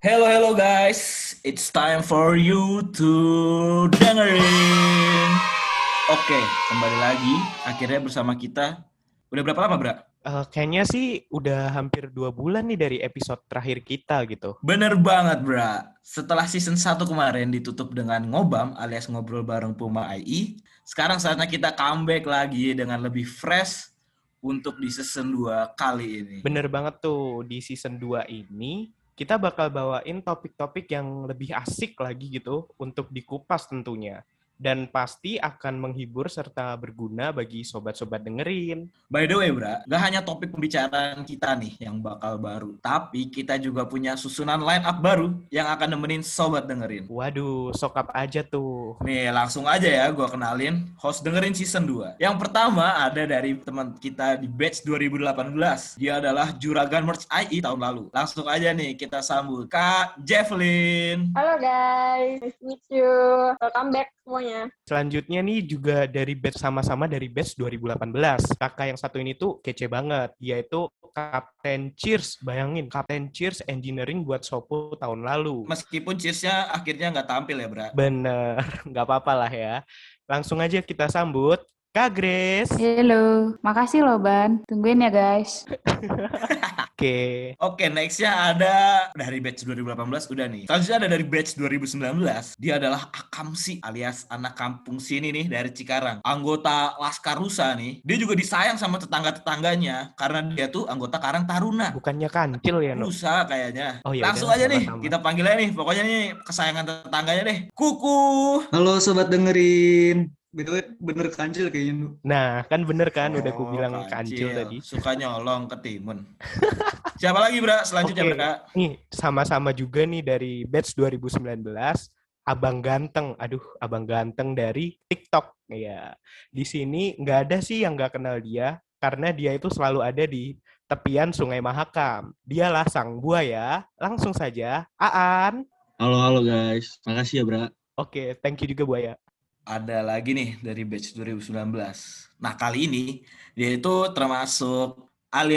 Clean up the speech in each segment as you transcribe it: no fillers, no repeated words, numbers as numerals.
Hello guys, it's time for you to dengerin. Oke, kembali lagi akhirnya bersama kita. Udah berapa lama, Bra? Kayaknya sih udah hampir 2 bulan nih dari episode terakhir kita gitu. Bener banget, Bra. Setelah season 1 kemarin ditutup dengan ngobam alias ngobrol bareng Puma IE, sekarang saatnya kita comeback lagi dengan lebih fresh untuk di season 2 kali ini. Bener banget tuh, di season 2 ini kita bakal bawain topik-topik yang lebih asik lagi gitu untuk dikupas tentunya. Dan pasti akan menghibur serta berguna bagi sobat-sobat dengerin. By the way, Bra, gak hanya topik pembicaraan kita nih yang bakal baru, tapi kita juga punya susunan line up baru yang akan nemenin sobat dengerin. Waduh, sokap aja tuh. Nih, langsung aja ya gue kenalin host dengerin season 2. Yang pertama ada dari teman kita di batch 2018. Dia adalah Juragan Merch IE tahun lalu. Langsung aja nih kita sambut Kak Jefflyn. Halo guys, nice to meet you. Welcome back semuanya. Selanjutnya nih juga dari batch sama-sama dari batch 2018. Kakak yang satu ini tuh kece banget. Dia itu Kapten Cheers. Bayangin, Kapten Cheers Engineering buat Sopo tahun lalu. Meskipun cheersnya akhirnya nggak tampil ya, Bra. Bener, nggak apa-apa lah ya. Langsung aja kita sambut Kak Grace. Halo, makasih loh Ban. Tungguin ya guys. Oke. Oke, nextnya ada dari batch 2018 udah nih. Selanjutnya ada dari batch 2019. Dia adalah Akamsi alias anak kampung sini nih dari Cikarang. Anggota Laskar Rusa nih. Dia juga disayang sama tetangga-tetangganya karena dia tuh anggota Karang Taruna. Bukannya kancil ya, No? Rusa kayaknya. Oh, ya Langsung udah, aja nih sama-sama. kita panggil aja nih. Pokoknya nih kesayangan tetangganya deh. Kuku. Halo sobat dengerin. BTW bener kancil kayaknya lu. Nah, kan bener kan udah gue Oh, bilang kancil tadi. Suka nyolong ke timun. Siapa lagi, Bra? Selanjutnya, Oke, Bra. nih sama-sama juga nih dari batch 2019. Abang Ganteng. Aduh, Abang Ganteng dari TikTok. Ya, di sini nggak ada sih yang nggak kenal dia. Karena dia itu selalu ada di tepian Sungai Mahakam. Dialah sang buaya. Langsung saja, Aan. Halo guys. Makasih ya, Bra. Oke, thank you juga buaya. Ada lagi nih dari batch 2019. Nah, kali ini dia itu termasuk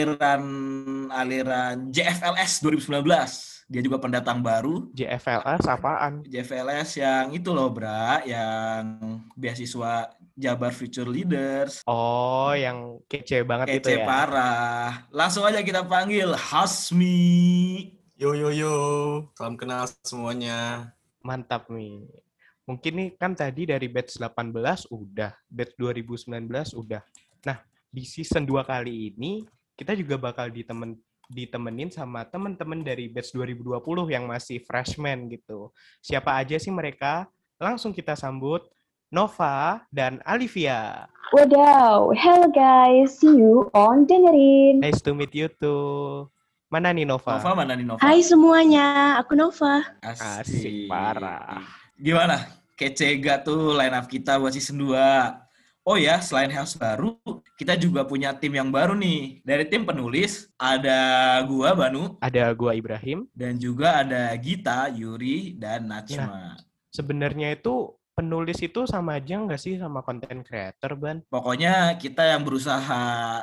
aliran JFLS 2019. Dia juga pendatang baru. JFLS apaan? JFLS yang itu loh, Bra, yang beasiswa Jabar Future Leaders. Oh, yang kece banget itu Kece ya. parah. Langsung aja kita panggil Hasmi. Yo, salam kenal semuanya. Mantap nih. Mungkin nih kan tadi dari batch 18 udah, batch 2019 udah. Nah, di season 2 kali ini kita juga bakal ditemenin sama teman-teman dari batch 2020 yang masih freshman gitu. Siapa aja sih mereka? Langsung kita sambut Nova dan Alivia. Wadaw, hello guys, see you on dengerin. Nice to meet you too. Mana nih Nova? Nova mana nih Nova? Hai semuanya, aku Nova. Asik parah. Gimana? Kece gak tuh line up kita buat season 2? Oh ya, selain house baru, kita juga punya tim yang baru nih. Dari tim penulis, ada gua, Banu. Ada gua Ibrahim. Dan juga ada Gita, Yuri, dan Najma. Sebenarnya itu penulis itu sama aja nggak sih sama content creator, Ban? Pokoknya kita yang berusaha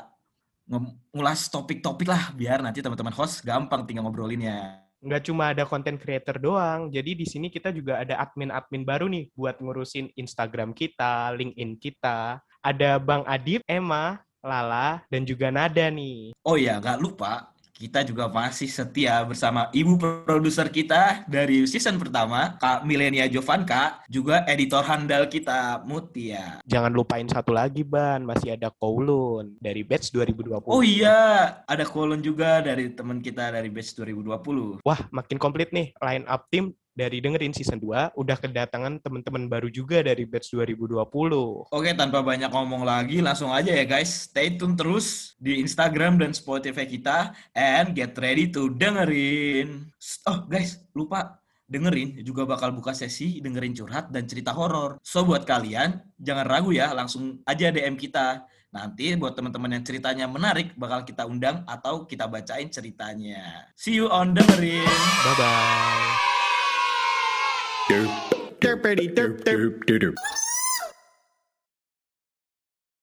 ngulas topik-topik lah, biar nanti teman-teman host gampang tinggal ngobrolinnya. Nggak cuma ada content creator doang, jadi di sini kita juga ada admin-admin baru nih buat ngurusin Instagram kita, LinkedIn kita. Ada Bang Adib, Emma, Lala, dan juga Nada nih. Oh iya, nggak lupa, kita juga masih setia bersama ibu produser kita dari season pertama, Kak Milenia Jovanka, juga editor handal kita, Mutia. Jangan lupain satu lagi, Ban, masih ada Kowloon dari batch 2020. Oh iya, ada Kolon juga dari teman kita dari batch 2020. Wah, makin komplit nih line up tim dari dengerin season 2, udah kedatangan teman-teman baru juga dari batch 2020. Oke, tanpa banyak ngomong lagi, langsung aja ya guys. Stay tune terus di Instagram dan Spotify kita, and get ready to dengerin. Oh guys, lupa. Dengerin juga bakal buka sesi dengerin curhat dan cerita horor. So buat kalian, jangan ragu ya, langsung aja DM kita. Nanti buat teman-teman yang ceritanya menarik, bakal kita undang atau kita bacain ceritanya. See you on dengerin. Bye-bye. Derp, derp, derp, derp, derp.